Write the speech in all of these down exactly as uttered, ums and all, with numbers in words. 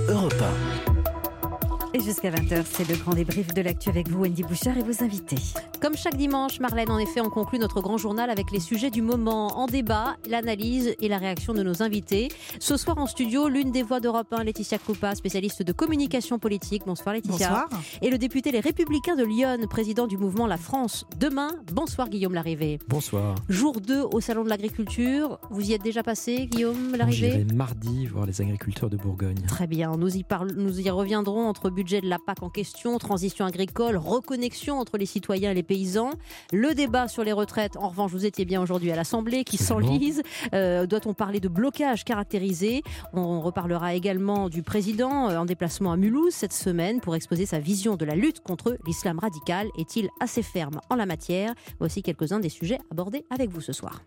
Europe un. Et jusqu'à vingt heures, c'est le grand débrief de l'actu avec vous, Wendy Bouchard et vos invités. Comme chaque dimanche, Marlène, en effet, on conclut notre grand journal avec les sujets du moment en débat, l'analyse et la réaction de nos invités. Ce soir en studio, l'une des voix d'Europe un, Laetitia Krupa, spécialiste de communication politique. Bonsoir Laetitia. Bonsoir. Et le député Les Républicains de Lyon, président du mouvement La France Demain. Bonsoir Guillaume Larrivé. Bonsoir. Jour deux au Salon de l'Agriculture. Vous y êtes déjà passé, Guillaume Larrivé ? J'irai mardi voir les agriculteurs de Bourgogne. Très bien, nous y, parle, nous y reviendrons entre budget de la P A C en question, transition agricole, reconnexion entre les citoyens et les paysans. Le débat sur les retraites, en revanche, vous étiez bien aujourd'hui à l'Assemblée, qui s'enlise. Euh, doit-on parler de blocage caractérisé ? On reparlera également du président euh, en déplacement à Mulhouse cette semaine pour exposer sa vision de la lutte contre l'islam radical. Est-il assez ferme en la matière ? Voici quelques-uns des sujets abordés avec vous ce soir.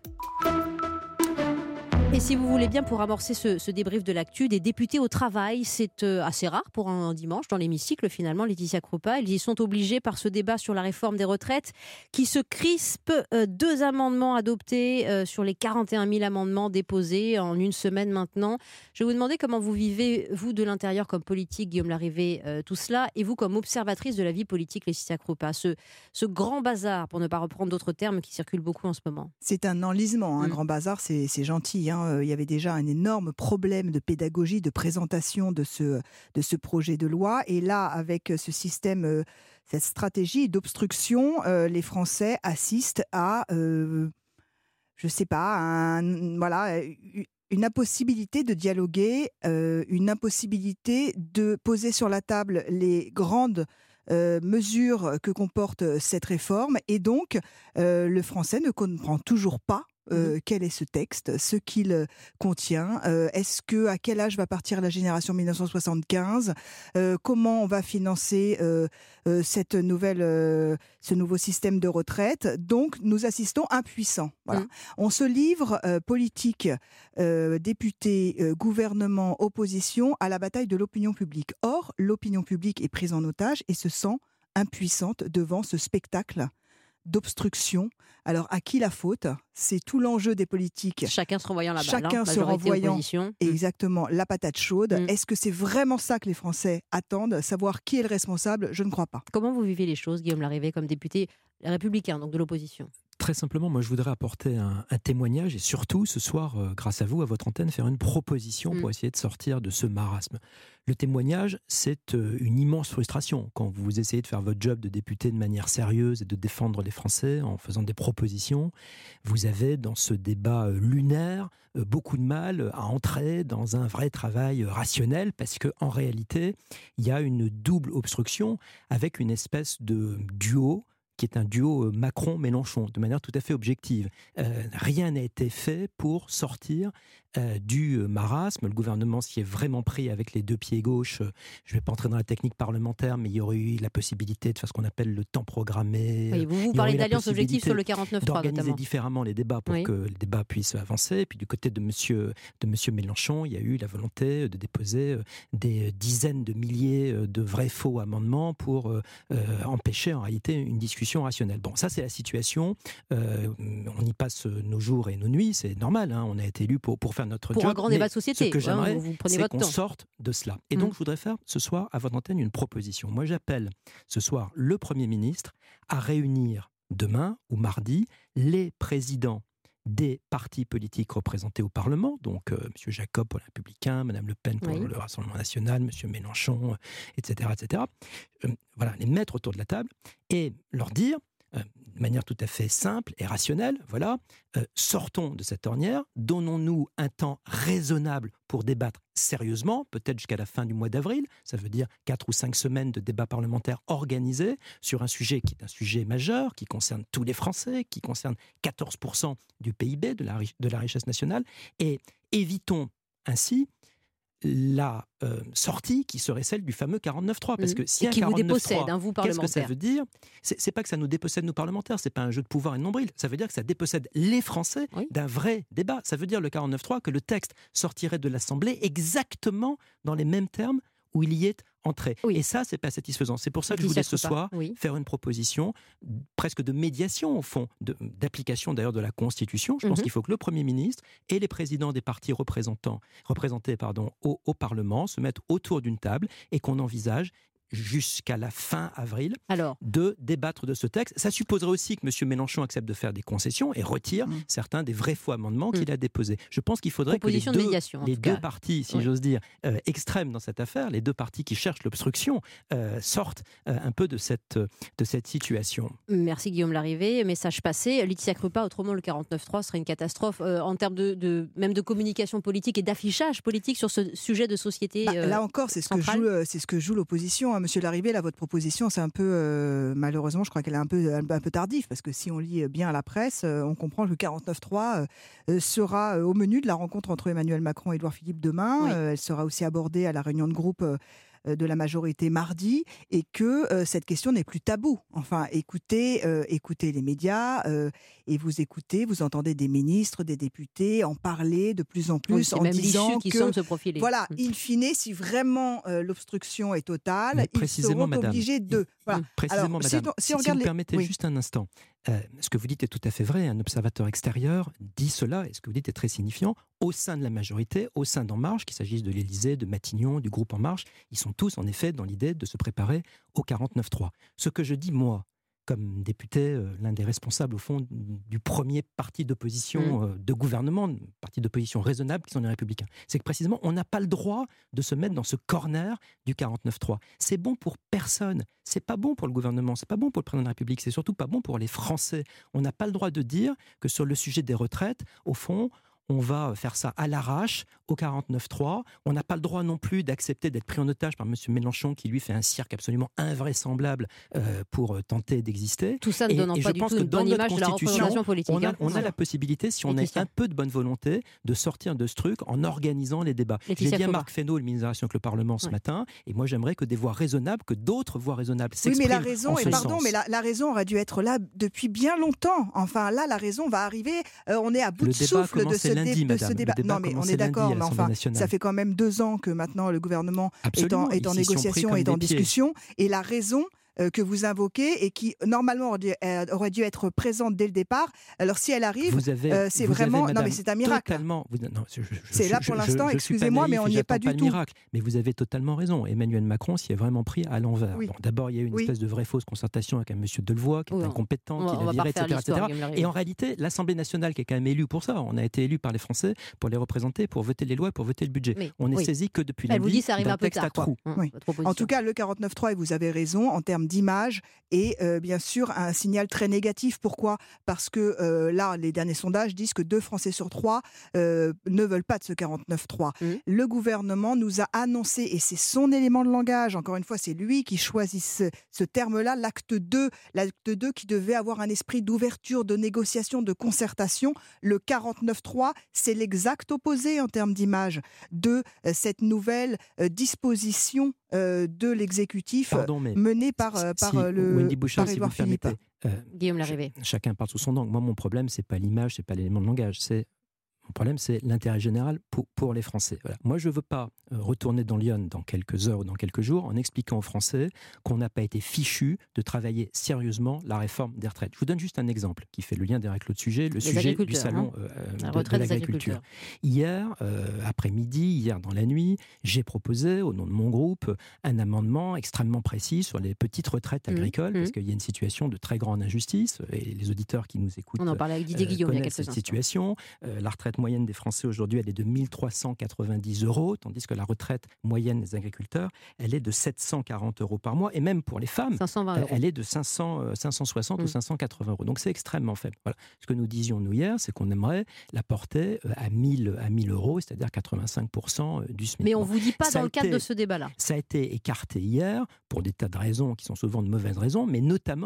Et si vous voulez bien, pour amorcer ce, ce débrief de l'actu, des députés au travail, c'est euh, assez rare pour un dimanche dans l'hémicycle finalement, Laetitia Krupa. Ils y sont obligés par ce débat sur la réforme des retraites qui se crispe. Euh, deux amendements adoptés euh, sur les quarante et un mille amendements déposés en une semaine maintenant. Je vais vous demander comment vous vivez, vous de l'intérieur comme politique, Guillaume Larrivé, euh, tout cela, et vous comme observatrice de la vie politique, Laetitia Krupa. Ce, ce grand bazar, pour ne pas reprendre d'autres termes qui circulent beaucoup en ce moment. C'est un enlisement, un Mmh. grand bazar, c'est, c'est gentil. Hein. Il y avait déjà un énorme problème de pédagogie, de présentation de ce, de ce projet de loi. Et là, avec ce système, cette stratégie d'obstruction, euh, les Français assistent à, euh, je ne sais pas, un, voilà, une impossibilité de dialoguer, euh, une impossibilité de poser sur la table les grandes Euh, mesures que comporte cette réforme, et donc euh, le français ne comprend toujours pas euh, mmh. quel est ce texte, ce qu'il contient, euh, est-ce que, à quel âge va partir la génération mille neuf cent soixante-quinze, euh, comment on va financer euh, euh, cette nouvelle, euh, ce nouveau système de retraite. Donc nous assistons impuissants. Voilà. Mmh. On se livre, euh, politique, euh, députés, euh, gouvernement, opposition, à la bataille de l'opinion publique. Or, l'opinion publique est prise en otage et se sent impuissante devant ce spectacle d'obstruction. Alors, à qui la faute ? C'est tout l'enjeu des politiques. Chacun se renvoyant la balle. Chacun hein, se renvoyant opposition. exactement la patate chaude. Mm. Est-ce que c'est vraiment ça que les Français attendent ? Savoir qui est le responsable ? Je ne crois pas. Comment vous vivez les choses, Guillaume Larrivé, comme député républicain, donc de l'opposition ? Très simplement, moi je voudrais apporter un, un témoignage et surtout ce soir, euh, grâce à vous, à votre antenne, faire une proposition pour Mm. essayer de sortir de ce marasme. Le témoignage, c'est euh, une immense frustration quand vous essayez de faire votre job de député de manière sérieuse et de défendre les Français en faisant des propositions. Vous avez dans ce débat euh, lunaire euh, beaucoup de mal à entrer dans un vrai travail euh, rationnel parce qu'en réalité, il y a une double obstruction avec une espèce de duo qui est un duo Macron-Mélenchon, de manière tout à fait objective. Euh, rien n'a été fait pour sortir euh, du marasme. Le gouvernement s'y est vraiment pris avec les deux pieds gauches. Je ne vais pas entrer dans la technique parlementaire, mais il y aurait eu la possibilité de faire ce qu'on appelle le temps programmé. Oui, vous vous parlez d'alliance objective sur le quarante-neuf trois, d'organiser notamment. différemment les débats pour oui. que les débats puissent avancer. Et puis du côté de monsieur, de monsieur Mélenchon, il y a eu la volonté de déposer des dizaines de milliers de vrais faux amendements pour euh, empêcher en réalité une discussion rationnelle. Bon, ça c'est la situation. Euh, on y passe nos jours et nos nuits, c'est normal. Hein, on a été élus pour, pour faire notre pour job. un grand débat de société. Ce que j'aimerais, hein, vous, vous prenez c'est votre qu'on temps. sorte de cela. Et Mmh. donc, je voudrais faire ce soir à votre antenne une proposition. Moi, j'appelle ce soir le Premier ministre à réunir demain ou mardi les présidents des partis politiques représentés au Parlement, donc euh, M. Jacob pour les Républicains, Mme Le Pen pour oui. le Rassemblement National, M. Mélenchon, euh, et cetera, et cetera. Euh, voilà, les mettre autour de la table et leur dire, euh, de manière tout à fait simple et rationnelle, voilà, euh, sortons de cette ornière, donnons-nous un temps raisonnable pour débattre sérieusement, peut-être jusqu'à la fin du mois d'avril, ça veut dire quatre ou cinq semaines de débats parlementaires organisés sur un sujet qui est un sujet majeur, qui concerne tous les Français, qui concerne quatorze pour cent du P I B, de la, de la richesse nationale, et évitons ainsi la euh, sortie qui serait celle du fameux quarante-neuf trois. Parce que si et un qui vous quarante-neuf dépossède, trois, hein, vous qu'est-ce parlementaires. que ça veut dire ? c'est, c'est pas que ça nous dépossède, nous parlementaires, c'est pas un jeu de pouvoir et de nombril. Ça veut dire que ça dépossède les Français oui. d'un vrai débat. Ça veut dire, le quarante-neuf trois, que le texte sortirait de l'Assemblée exactement dans les mêmes termes où il y est entré. Oui. Et ça, c'est pas satisfaisant. C'est pour ça que je Laetitia voulais ce Krupa, soir oui. faire une proposition presque de médiation, au fond, de, d'application d'ailleurs de la Constitution. Je pense Mhm. qu'il faut que le Premier ministre et les présidents des partis représentants, représentés pardon, au, au Parlement se mettent autour d'une table et qu'on envisage jusqu'à la fin avril, Alors, de débattre de ce texte. Ça supposerait aussi que M. Mélenchon accepte de faire des concessions et retire Mmh. certains des vrais faux amendements Mmh. qu'il a déposés. Je pense qu'il faudrait proposition que les de deux, médiation, en les tout deux cas. partis, si Oui. j'ose dire, euh, extrêmes dans cette affaire, les deux partis qui cherchent l'obstruction, euh, sortent euh, un peu de cette, de cette situation. Merci Guillaume Larrivé. Message passé. Laetitia Krupa, autrement le quarante-neuf trois serait une catastrophe euh, en termes de, de, même de communication politique et d'affichage politique sur ce sujet de société. Bah, euh, là encore, c'est ce, que centrale. joue, euh, c'est ce que joue l'opposition. Hein. Monsieur Larrivé, là, votre proposition, c'est un peu, euh, malheureusement, je crois qu'elle est un peu, un, un peu tardive, parce que si on lit bien la presse, euh, on comprend que le quarante-neuf trois euh, sera euh, au menu de la rencontre entre Emmanuel Macron et Édouard Philippe demain. Oui. Euh, elle sera aussi abordée à la réunion de groupe euh, de la majorité mardi, et que euh, cette question n'est plus tabou. Enfin, écoutez, euh, écoutez les médias, euh, et vous écoutez, vous entendez des ministres, des députés en parler de plus en plus, Oui, c'est en même disant l'issue qui que semble se profiler. voilà, Mm. in fine, si vraiment euh, l'obstruction est totale, Mais ils précisément, seront madame, obligés de... Voilà. Précisément, Alors, si madame, on- si si, on si regarde vous les- permettez oui. juste un instant, euh, ce que vous dites est tout à fait vrai, un observateur extérieur dit cela, et ce que vous dites est très signifiant, au sein de la majorité, au sein d'En Marche, qu'il s'agisse de l'Élysée, de Matignon, du groupe En Marche, ils sont tous en effet dans l'idée de se préparer au quarante-neuf trois. Ce que je dis, moi, comme député, euh, l'un des responsables, au fond, du premier parti d'opposition Mmh. euh, de gouvernement, parti d'opposition raisonnable, qui sont les Républicains, c'est que précisément, on n'a pas le droit de se mettre dans ce corner du quarante-neuf trois. C'est bon pour personne. C'est pas bon pour le gouvernement, c'est pas bon pour le président de la République, c'est surtout pas bon pour les Français. On n'a pas le droit de dire que sur le sujet des retraites, au fond, on va faire ça à l'arrache, au quarante-neuf trois. On n'a pas le droit non plus d'accepter d'être pris en otage par M. Mélenchon, qui lui fait un cirque absolument invraisemblable euh, pour euh, tenter d'exister. Tout ça ne Et- donnant et pas je du pense tout que une dans bonne notre image de la Constitution, représentation politique. On a, hein. on a la possibilité, si on a Laetitia. un peu de bonne volonté, de sortir de ce truc en organisant les débats. J'ai Laetitia dit à Krupa. Marc Fesneau, le ministre des Relations avec le Parlement, ce Ouais. matin, et moi j'aimerais que des voix raisonnables, que d'autres voix raisonnables Oui, mais s'expriment la raison, en et ce pardon, sens. mais la, la raison aurait dû être là depuis bien longtemps. Enfin, là, la raison va arriver. Euh, on est à bout Le de débat souffle de commençait ce, lundi, dé- de ce madame. Le débat. débat Non, mais on commençait est d'accord, lundi à mais l'Assemblée enfin, nationale. ça fait quand même deux ans que maintenant le gouvernement est Absolument, en, est en ils s'y sont pris négociation, comme est en des pieds. discussion, et la raison euh, que vous invoquez et qui normalement aurait dû, euh, aurait dû être présente dès le départ. Alors si elle arrive, Vous avez, euh, c'est vous vraiment avez, non madame, mais c'est un miracle. Totalement. Vous, non, je- je- je C'est suis- là pour je- l'instant, je- je suis pas excusez-moi, mais naïf on et n'y est pas j'attends du le tout. miracle. Mais vous avez totalement raison. Emmanuel Macron s'y est vraiment pris à l'envers. Oui. Bon, d'abord, il y a eu une Oui. espèce de vraie fausse concertation avec un monsieur Delevoye qui est Oui, on- incompétent, on va- qui on l'a va viré, pas refaire et cetera, l'histoire, et cetera. Guillaume Larrivé. Et en réalité, l'Assemblée nationale, qui est quand même élue pour ça, on a été élu par les Français pour les représenter, pour voter les lois et pour voter le budget. Mais, on est oui. saisi que depuis Elle vous lundi dit ça arrive d'un un peu texte à tard. quoi. trous. Hein, Oui. votre proposition. En tout cas, le quarante-neuf trois, et vous avez raison, en termes d'image, et euh, bien sûr un signal très négatif. Pourquoi ? Parce que euh, là, les derniers sondages disent que deux Français sur trois euh, ne veulent pas de ce quarante-neuf trois. Mmh. Le gouvernement nous a annoncé, et c'est son élément de langage, encore une fois, c'est lui qui choisit ce, ce terme-là, l'acte deux, l'acte deux qui devait avoir un esprit d'ouverture, de négociation, de concertation. Le quarante-neuf trois, c'est l'exact opposé en termes d'image de euh, cette nouvelle euh, disposition euh, de l'exécutif Pardon, mais menée par, euh, par si, euh, le Wendy Bouchard, par si vous Édouard me Philippe. permettez, euh, Guillaume ch- Larrivé. chacun parle sous son angle. Moi, mon problème, c'est pas l'image, c'est pas l'élément de langage, c'est mon problème, c'est l'intérêt général pour, pour les Français. Voilà. Moi, je ne veux pas euh, retourner dans Lyon dans quelques heures ou dans quelques jours en expliquant aux Français qu'on n'a pas été fichu de travailler sérieusement la réforme des retraites. Je vous donne juste un exemple qui fait le lien avec l'autre sujet, le Les sujet du agriculteurs, salon hein. euh, La de, de retraite des l'agriculture. agriculteurs. Hier, euh, après-midi, hier dans la nuit, j'ai proposé, au nom de mon groupe, un amendement extrêmement précis sur les petites retraites Mmh, agricoles, mmh. parce qu'il y a une situation de très grande injustice, et les auditeurs qui nous écoutent On en parlait avec Didier euh, Guillaume il y a connaissent quelques cette instants. situation. Euh, la retraite moyenne des Français aujourd'hui, elle est de mille trois cent quatre-vingt-dix euros, tandis que la retraite moyenne des agriculteurs, elle est de sept cent quarante euros par mois, et même pour les femmes, cinq cent vingt elle, euros. elle est de cinq cents, euh, cinq cent soixante Mm. ou cinq cent quatre-vingts euros. Donc c'est extrêmement faible. Voilà. Ce que nous disions nous hier, c'est qu'on aimerait la porter euh, à mille, à mille euros, c'est-à-dire quatre-vingt-cinq pour cent du SMIC. Mais on Bon. ne vous dit pas Ça dans a le cadre été- de ce débat-là. Ça a été écarté hier pour des tas de raisons qui sont souvent de mauvaises raisons, mais notamment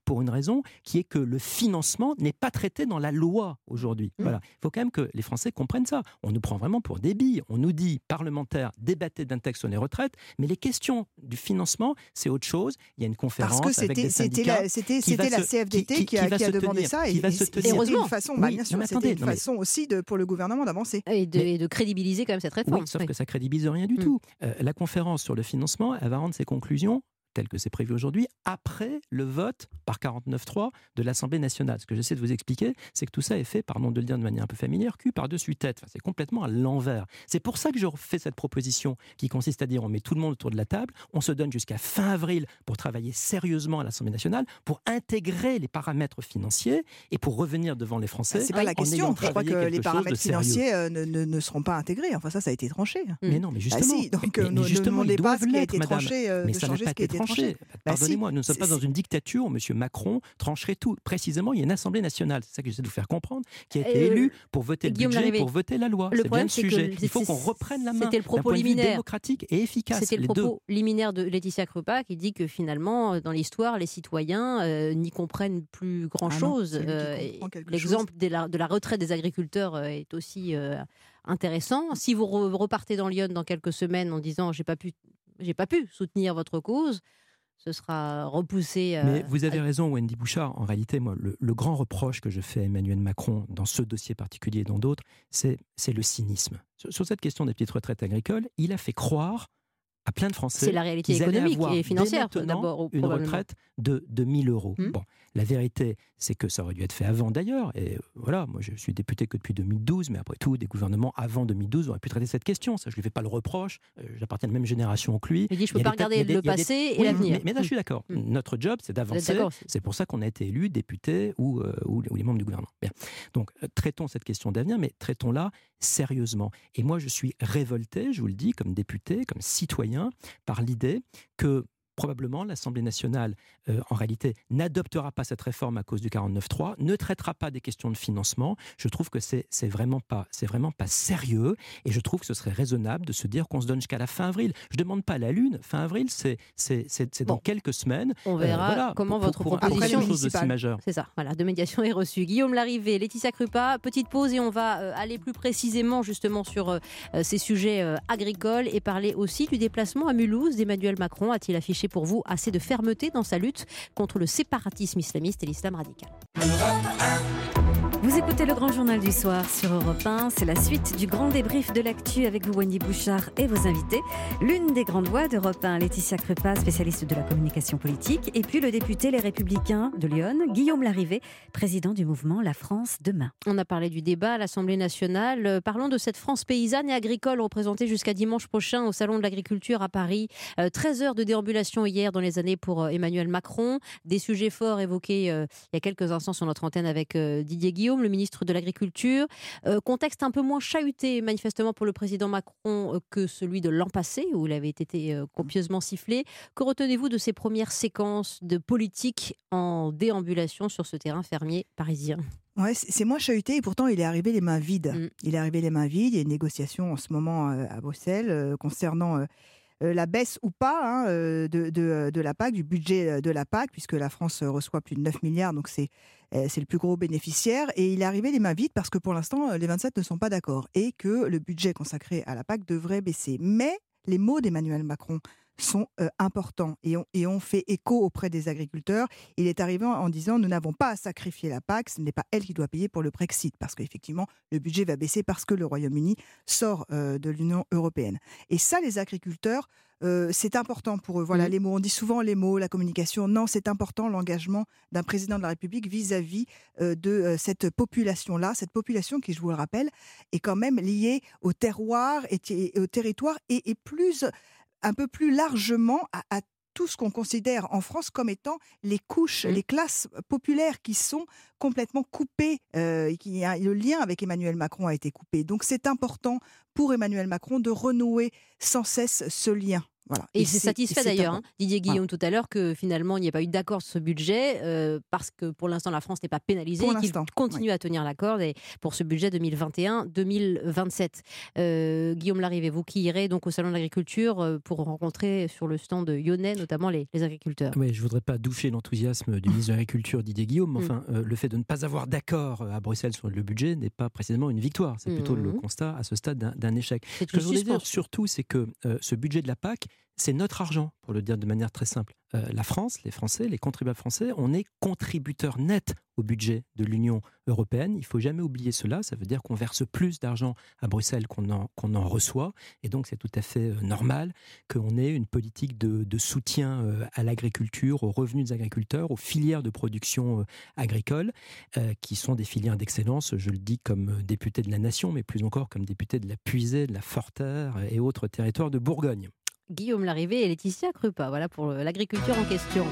pour une raison qui est que le financement n'est pas traité dans la loi aujourd'hui. Mmh. Voilà. Il faut quand même que les Français comprennent ça. On nous prend vraiment pour des billes. On nous dit, parlementaires, débattez d'un texte sur les retraites, mais les questions du financement, c'est autre chose. Il y a une conférence Parce que avec des syndicats. C'était, c'était la C F D T qui, qui, qui, qui, a, qui a demandé tenir, ça. Et, et c'était une façon, oui, bah, bien sûr, non, attendez, c'était une façon mais... aussi de, pour le gouvernement d'avancer. Et de, mais, et de crédibiliser quand même cette réforme. Oui, sauf oui. que ça crédibilise rien du mmh. tout. Euh, la conférence sur le financement, elle va rendre ses conclusions tel que c'est prévu aujourd'hui, après le vote par quarante-neuf trois de l'Assemblée nationale. Ce que j'essaie de vous expliquer, c'est que tout ça est fait, pardon de le dire de manière un peu familière, cul par-dessus tête. Enfin, c'est complètement à l'envers. C'est pour ça que je fais cette proposition qui consiste à dire on met tout le monde autour de la table, on se donne jusqu'à fin avril pour travailler sérieusement à l'Assemblée nationale, pour intégrer les paramètres financiers et pour revenir devant les Français. C'est pas la question. Je crois que les paramètres financiers ne, ne, ne seront pas intégrés. Enfin, ça, ça a été tranché. Mais non, mais justement. Ah si, donc, mais, mais justement, ne demandez pas ce qui a été madame. tranché, euh, mais de ça changer n'a pas ce qui a été été tranché. Pardonnez-moi, bah si, nous ne sommes pas dans une dictature où M. Macron trancherait tout. Précisément, il y a une Assemblée nationale, c'est ça que j'essaie de vous faire comprendre, qui a été euh, élue pour voter le budget, Larrivé. pour voter la loi. Le c'est bien le sujet. Il faut qu'on reprenne la main c'était le propos d'un point de vue liminaire. démocratique et efficace. C'était le les propos deux. liminaire de Laetitia Krupa qui dit que finalement, dans l'histoire, les citoyens euh, n'y comprennent plus grand-chose. Ah euh, l'exemple de la, de la retraite des agriculteurs euh, est aussi euh, intéressant. Si vous re- repartez dans Lyon dans quelques semaines en disant « j'ai pas pu, j'ai pas pu soutenir votre cause », ce sera repoussé. Euh, Mais vous avez raison, Wendy Bouchard. En réalité, moi, le, le grand reproche que je fais à Emmanuel Macron dans ce dossier particulier et dans d'autres, c'est, c'est le cynisme. Sur, sur cette question des petites retraites agricoles, il a fait croire à plein de Français c'est la réalité économique et financière d'abord une retraite de, de mille euros. Mmh. Bon, la vérité, c'est que ça aurait dû être fait avant d'ailleurs. Et voilà, moi je suis député que depuis deux mille douze, mais après tout, des gouvernements avant deux mille douze auraient pu traiter cette question. Ça, je ne lui fais pas le reproche. Euh, j'appartiens à la même génération que lui. Il dit, je ne peux pas regarder le passé et oui, l'avenir. Mais, mais là, je suis d'accord. Mmh. Notre job, c'est d'avancer. C'est pour ça qu'on a été élus députés ou, euh, ou, ou les membres du gouvernement. Bien. Donc, euh, traitons cette question d'avenir, mais traitons-la sérieusement. Et moi, je suis révolté, je vous le dis, comme député, comme citoyen, par l'idée que probablement l'Assemblée nationale, euh, en réalité, n'adoptera pas cette réforme à cause du quarante-neuf trois, ne traitera pas des questions de financement. Je trouve que c'est, c'est, vraiment pas, c'est vraiment pas sérieux et je trouve que ce serait raisonnable de se dire qu'on se donne jusqu'à la fin avril. Je ne demande pas la Lune. Fin avril, c'est, c'est, c'est, c'est bon. dans quelques semaines. On verra euh, voilà, pour, comment votre pour, proposition pour chose aussi majeure. C'est ça, voilà, de médiation est reçue. Guillaume Larrivé, Laetitia Krupa, petite pause et on va euh, aller plus précisément justement sur euh, ces sujets euh, agricoles et parler aussi du déplacement à Mulhouse d'Emmanuel Macron. A-t-il affiché pour vous assez de fermeté dans sa lutte contre le séparatisme islamiste et l'islam radical? Vous écoutez le Grand Journal du Soir sur Europe un. C'est la suite du grand débrief de l'actu avec vous, Wendy Bouchard, et vos invités. L'une des grandes voix d'Europe un, Laetitia Krupa, spécialiste de la communication politique. Et puis le député Les Républicains de Lyon, Guillaume Larrivé, président du mouvement La France Demain. On a parlé du débat à l'Assemblée nationale. Parlons de cette France paysanne et agricole représentée jusqu'à dimanche prochain au Salon de l'Agriculture à Paris. Euh, treize heures de déambulation hier dans les années pour euh, Emmanuel Macron. Des sujets forts évoqués euh, il y a quelques instants sur notre antenne avec euh, Didier Guillaume, le ministre de l'Agriculture. Euh, contexte un peu moins chahuté, manifestement, pour le président Macron euh, que celui de l'an passé, où il avait été euh, copieusement sifflé. Que retenez-vous de ces premières séquences de politique en déambulation sur ce terrain fermier parisien ? Ouais, c'est moins chahuté et pourtant il est arrivé les mains vides. Mm. Il est arrivé les mains vides. Il y a une négociation en ce moment euh, à Bruxelles euh, concernant... Euh, Euh, la baisse ou pas hein, euh, de, de, de la P A C, du budget de la P A C, puisque la France reçoit plus de neuf milliards, donc c'est, euh, c'est le plus gros bénéficiaire. Et il est arrivé les mains vides parce que pour l'instant, les vingt-sept ne sont pas d'accord et que le budget consacré à la P A C devrait baisser. Mais les mots d'Emmanuel Macron sont euh, importants et ont et on fait écho auprès des agriculteurs. Il est arrivé en, en disant nous n'avons pas à sacrifier la P A C, ce n'est pas elle qui doit payer pour le Brexit, parce qu'effectivement le budget va baisser parce que le Royaume-Uni sort euh, de l'Union européenne. Et ça, les agriculteurs, euh, c'est important pour eux. Voilà, mmh. les mots, on dit souvent les mots, la communication. Non, c'est important l'engagement d'un président de la République vis-à-vis euh, de euh, cette population-là, cette population qui, je vous le rappelle, est quand même liée au terroir et, et au territoire et, et plus un peu plus largement à, à tout ce qu'on considère en France comme étant les couches, mmh. les classes populaires qui sont complètement coupées. Euh, qui a, le lien avec Emmanuel Macron a été coupé. Donc c'est important pour Emmanuel Macron de renouer sans cesse ce lien Voilà. Et, et c'est satisfait d'ailleurs, hein, Didier Guillaume, voilà. tout à l'heure, que finalement il n'y a pas eu d'accord sur ce budget, euh, parce que pour l'instant la France n'est pas pénalisée pour et qu'il continue oui. à tenir la corde et pour ce budget deux mille vingt et un deux mille vingt-sept. Euh, Guillaume Larrivé, vous qui irez donc au Salon de l'Agriculture euh, pour rencontrer sur le stand de Yonnais notamment les, les agriculteurs. Oui, je ne voudrais pas doucher l'enthousiasme du ministre de l'Agriculture Didier Guillaume, mais enfin, euh, le fait de ne pas avoir d'accord à Bruxelles sur le budget n'est pas précisément une victoire, c'est plutôt mmh. le constat à ce stade d'un, d'un échec. C'est ce que je voulais dire surtout, c'est que euh, ce budget de la P A C, c'est notre argent, pour le dire de manière très simple. Euh, la France, les Français, les contribuables français, on est contributeurs nets au budget de l'Union européenne. Il ne faut jamais oublier cela. Ça veut dire qu'on verse plus d'argent à Bruxelles qu'on en, qu'on en reçoit. Et donc, c'est tout à fait euh, normal qu'on ait une politique de, de soutien euh, à l'agriculture, aux revenus des agriculteurs, aux filières de production euh, agricole, euh, qui sont des filières d'excellence, je le dis comme député de la Nation, mais plus encore comme député de la Puisée, de la Forterre et autres territoires de Bourgogne. Guillaume Larrivé et Laetitia Krupa, voilà pour l'agriculture en question.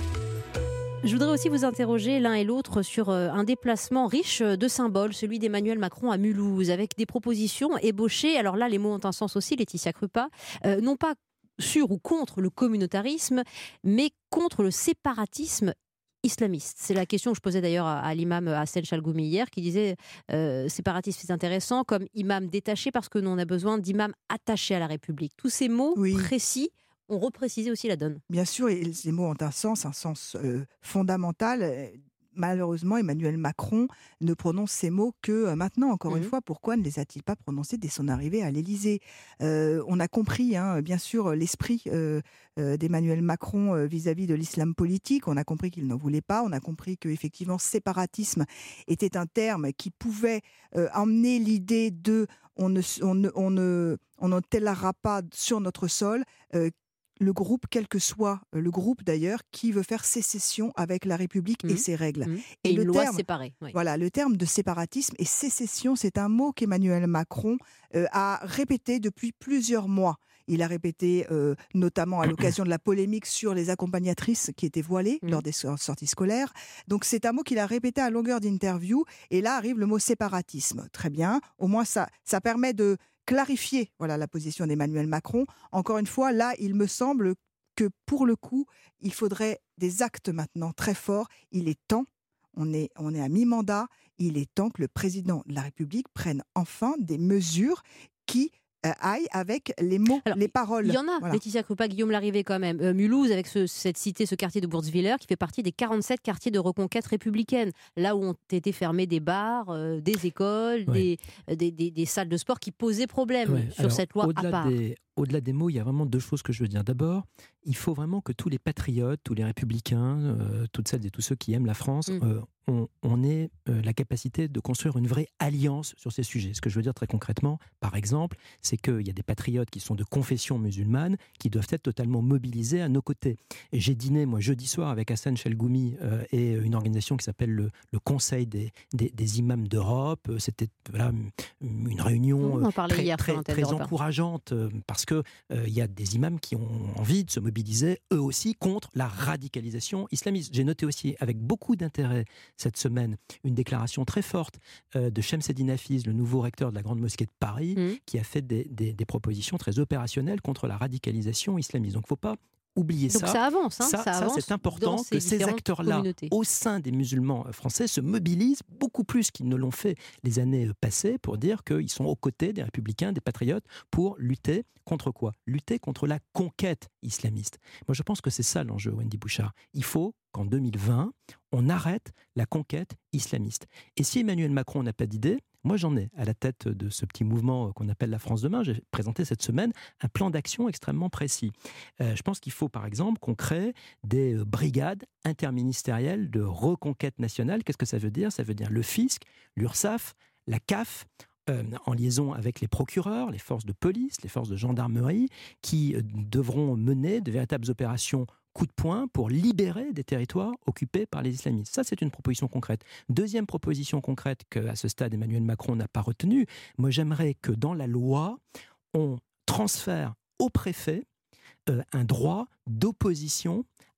Je voudrais aussi vous interroger l'un et l'autre sur un déplacement riche de symboles, celui d'Emmanuel Macron à Mulhouse, avec des propositions ébauchées, alors là les mots ont un sens aussi, Laetitia Krupa, euh, non pas sur ou contre le communautarisme, mais contre le séparatisme islamiste. C'est la question que je posais d'ailleurs à, à l'imam Hassan Chalgoumi hier, qui disait euh, séparatiste c'est intéressant comme imam détaché parce que nous on a besoin d'imams attachés à la République. Tous ces mots oui. précis ont reprécisé aussi la donne. Bien sûr, et ces mots ont un sens, un sens euh, fondamental. Malheureusement, Emmanuel Macron ne prononce ces mots que maintenant. Encore mmh. une fois, pourquoi ne les a-t-il pas prononcés dès son arrivée à l'Élysée ? euh, On a compris, hein, bien sûr, l'esprit euh, euh, d'Emmanuel Macron euh, vis-à-vis de l'islam politique. On a compris qu'il n'en voulait pas. On a compris qu'effectivement, séparatisme était un terme qui pouvait euh, emmener l'idée de on ne, on ne, on ne, on ne tolérera pas sur notre sol euh, le groupe, quel que soit le groupe d'ailleurs, qui veut faire sécession avec la République mmh. et ses règles. Mmh. Et, et une le loi terme, séparée. Oui. Voilà, le terme de séparatisme et sécession, c'est un mot qu'Emmanuel Macron euh, a répété depuis plusieurs mois. Il a répété euh, notamment à l'occasion de la polémique sur les accompagnatrices qui étaient voilées mmh. lors des sorties scolaires. Donc c'est un mot qu'il a répété à longueur d'interview. Et là arrive le mot séparatisme. Très bien, au moins ça, ça permet de clarifier voilà, la position d'Emmanuel Macron. Encore une fois, là, il me semble que pour le coup, il faudrait des actes maintenant très forts. Il est temps, on est, on est à mi-mandat, il est temps que le président de la République prenne enfin des mesures qui euh, aillent avec les mots, alors, les paroles. Il y en a, voilà. Laetitia Krupa, Guillaume Larrivé quand même. Euh, Mulhouse, avec ce, cette cité, ce quartier de Bourzwiller, qui fait partie des quarante-sept quartiers de reconquête républicaine, là où ont été fermés des bars, euh, des écoles, ouais. des, des, des, des salles de sport qui posaient problème ouais. sur alors, cette loi à part. Des... Au-delà des mots, il y a vraiment deux choses que je veux dire. D'abord, il faut vraiment que tous les patriotes, tous les républicains, euh, toutes celles et tous ceux qui aiment la France, mmh. euh, on, on ait euh, la capacité de construire une vraie alliance sur ces sujets. Ce que je veux dire très concrètement, par exemple, c'est qu'il y a des patriotes qui sont de confession musulmane qui doivent être totalement mobilisés à nos côtés. Et j'ai dîné, moi, jeudi soir avec Hassan Chalgoumi euh, et une organisation qui s'appelle le, le Conseil des, des, des imams d'Europe. C'était voilà, une réunion on en parlait très, hier très, très encourageante euh, parce qu'il euh, y a des imams qui ont envie de se mobiliser, eux aussi, contre la radicalisation islamiste. J'ai noté aussi, avec beaucoup d'intérêt, cette semaine, une déclaration très forte euh, de Shemseddine Hafiz, le nouveau recteur de la Grande Mosquée de Paris, mmh. qui a fait des, des, des propositions très opérationnelles contre la radicalisation islamiste. Donc, il ne faut pas oublier Donc ça. ça avance, hein, ça, ça, ça avance c'est important que ces acteurs-là, au sein des musulmans français, se mobilisent beaucoup plus qu'ils ne l'ont fait les années passées pour dire qu'ils sont aux côtés des républicains, des patriotes, pour lutter contre quoi ? Lutter contre la conquête islamiste. Moi, je pense que c'est ça l'enjeu, Wendy Bouchard. Il faut qu'en deux mille vingt, on arrête la conquête islamiste. Et si Emmanuel Macron n'a pas d'idée, moi j'en ai à la tête de ce petit mouvement qu'on appelle la France demain. J'ai présenté cette semaine un plan d'action extrêmement précis. Euh, je pense qu'il faut par exemple qu'on crée des brigades interministérielles de reconquête nationale. Qu'est-ce que ça veut dire ? Ça veut dire le fisc, l'URSSAF, la C A F, Euh, en liaison avec les procureurs, les forces de police, les forces de gendarmerie, qui euh, devront mener de véritables opérations coup de poing pour libérer des territoires occupés par les islamistes. Ça, c'est une proposition concrète. Deuxième proposition concrète qu'à ce stade, Emmanuel Macron n'a pas retenue. Moi, j'aimerais que dans la loi, on transfère au préfet euh, un droit d'opposition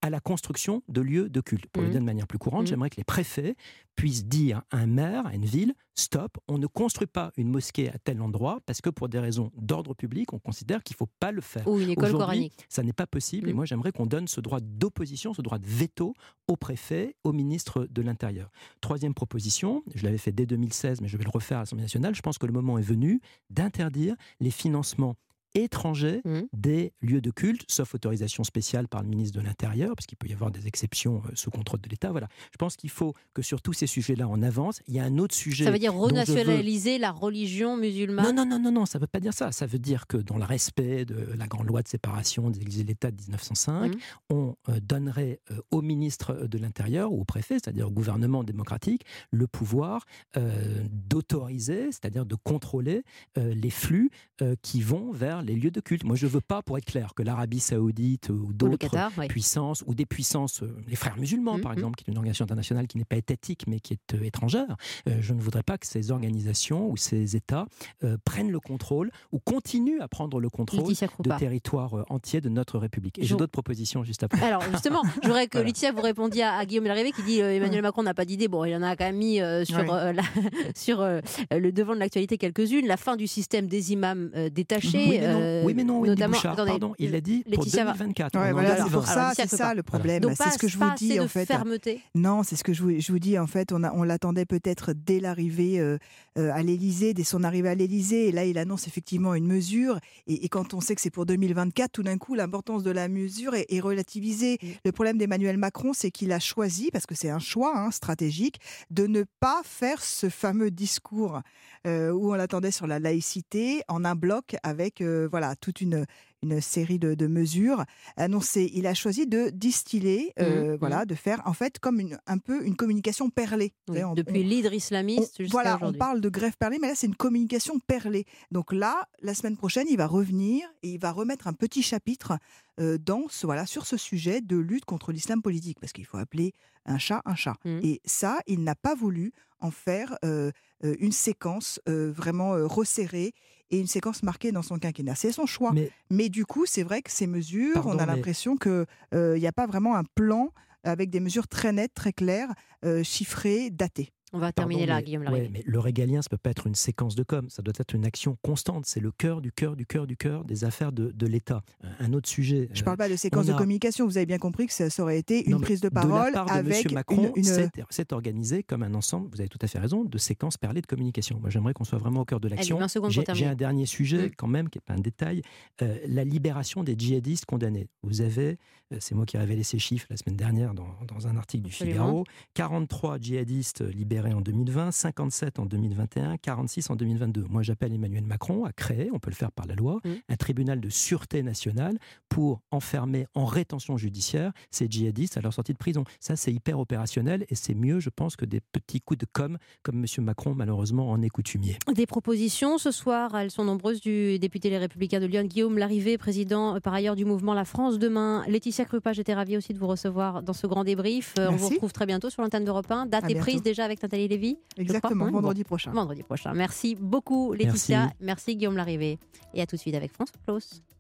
à la construction de lieux de culte. Pour Mmh. le dire de manière plus courante, Mmh. j'aimerais que les préfets puissent dire à un maire, à une ville, stop, on ne construit pas une mosquée à tel endroit parce que pour des raisons d'ordre public, on considère qu'il ne faut pas le faire. Ou une école Aujourd'hui, coranique. ça n'est pas possible. Mmh. Et moi, j'aimerais qu'on donne ce droit d'opposition, ce droit de veto au préfet, au ministre de l'Intérieur. Troisième proposition, je l'avais fait dès deux mille seize, mais je vais le refaire à l'Assemblée nationale, je pense que le moment est venu d'interdire les financements étrangers Mmh. des lieux de culte, sauf autorisation spéciale par le ministre de l'Intérieur, parce qu'il peut y avoir des exceptions euh, sous contrôle de l'État. Voilà. Je pense qu'il faut que sur tous ces sujets-là, on avance. Il y a un autre sujet. Ça veut dire dont je veux- renationaliser la religion musulmane. Non, non, non, non, non, ça ne veut pas dire ça. Ça veut dire que dans le respect de la grande loi de séparation des Églises et de l'État de dix-neuf cent cinq, Mmh. on euh, donnerait euh, au ministre de l'Intérieur ou au préfet, c'est-à-dire au gouvernement démocratique, le pouvoir euh, d'autoriser, c'est-à-dire de contrôler euh, les flux euh, qui vont vers les lieux de culte. Moi, je ne veux pas, pour être clair, que l'Arabie saoudite ou Ou le d'autres Qatar, oui. puissances, ou des puissances, euh, les frères musulmans, Mmh, par mmh. exemple, qui est une organisation internationale qui n'est pas étatique, mais qui est euh, étrangère, euh, je ne voudrais pas que ces organisations ou ces États euh, prennent le contrôle ou continuent à prendre le contrôle Laetitia de Krupa. territoires euh, entiers de notre République. Et Je- j'ai d'autres propositions juste après. Alors justement, je voudrais que Voilà. Laetitia vous répondiez à, à Guillaume Larrivé qui dit euh, Emmanuel Macron n'a pas d'idée. Bon, il en a quand même mis euh, sur, Oui. euh, la- sur euh, le devant de l'actualité quelques-unes. La fin du système des imams euh, détachés. Oui, mais non, euh, oui, mais non Wendy notamment. Bouchard, Attendez, pardon, il l'a dit pour Laetitia va- deux mille vingt-quatre. Ouais, on est en voilà, c'est deux mille vingt. pour Alors, ça, Laetitia c'est Krupa. ça le problème. Donc C'est pas, ce que je pas vous dis assez en de fait. fermeté. Non, c'est ce que je vous, je vous dis en fait. On, a, on l'attendait peut-être dès l'arrivée euh, euh, à l'Élysée, dès son arrivée à l'Élysée. Et là, il annonce effectivement une mesure. Et, et quand on sait que c'est pour deux mille vingt-quatre, tout d'un coup, l'importance de la mesure est, est relativisée. Mm. Le problème d'Emmanuel Macron, c'est qu'il a choisi, parce que c'est un choix hein, stratégique, de ne pas faire ce fameux discours euh, où on l'attendait sur la laïcité en un bloc avec euh, voilà toute une une série de, de mesures annoncées. Il a choisi de distiller, euh, Mmh, voilà, de faire en fait comme une, un peu une communication perlée. Vous Oui, savez, on- depuis on- l'hydre on- islamiste jusqu'à voilà, on aujourd'hui. parle de grève perlée, mais là c'est une communication perlée. Donc là, la semaine prochaine, il va revenir et il va remettre un petit chapitre euh, dans ce, voilà, sur ce sujet de lutte contre l'islam politique, parce qu'il faut appeler un chat un chat. Mmh. Et ça, il n'a pas voulu en faire euh, euh, une séquence euh, vraiment euh, resserrée et une séquence marquée dans son quinquennat. C'est son choix. Mais Mais du coup, c'est vrai que ces mesures, Pardon, on a mais- l'impression qu'il n'y a pas vraiment un plan avec des mesures très nettes, très claires, euh, chiffrées, datées. On va Pardon, terminer là, mais- Guillaume ouais, Larrivé. mais le régalien, ça peut pas être une séquence de com, ça doit être une action constante. C'est le cœur du cœur du cœur du cœur des affaires de, de l'État. Un autre sujet. Je ne euh, parle pas de séquence on a- de communication. Vous avez bien compris que ça, ça aurait été une non, mais prise de de parole la part de avec M. Macron, une... une... c'est, c'est organisé comme un ensemble, vous avez tout à fait raison, de séquences perlées de communication. Moi, j'aimerais qu'on soit vraiment au cœur de l'action. vingt secondes pour J'ai, terminer. j'ai un dernier sujet, Mm. quand même, qui n'est pas un détail. Euh, la libération des djihadistes condamnés. Vous avez, euh, c'est moi qui ai révélé ces chiffres la semaine dernière dans, dans un article du Absolument. Figaro, quarante-trois djihadistes libérés en deux mille vingt, cinquante-sept en deux mille vingt et un, quarante-six en deux mille vingt-deux. Moi, j'appelle Emmanuel Macron à créer, on peut le faire par la loi, Mm. un tribunal de sûreté nationale pour enfermer en rétention judiciaire ces djihadistes à leur sortie de prison. Ça, c'est hyper opérationnel et c'est mieux, je pense, que des petits coups de com' comme M. Macron, malheureusement, en est coutumier. Des propositions ce soir, elles sont nombreuses, du député Les Républicains de Lyon, Guillaume Larrivé, président euh, par ailleurs du mouvement La France Demain. Laetitia Krupa, j'étais ravie aussi de vous recevoir dans ce grand débrief. Euh, on vous Merci. retrouve très bientôt sur l'antenne d'Europe un. Date À est bientôt. prise déjà avec Nathalie Lévy. je Exactement, crois. Oui, vendredi bon. prochain. Vendredi prochain. Merci beaucoup Laetitia, Merci. merci Guillaume Larrivé. Et à tout de suite avec François Claus.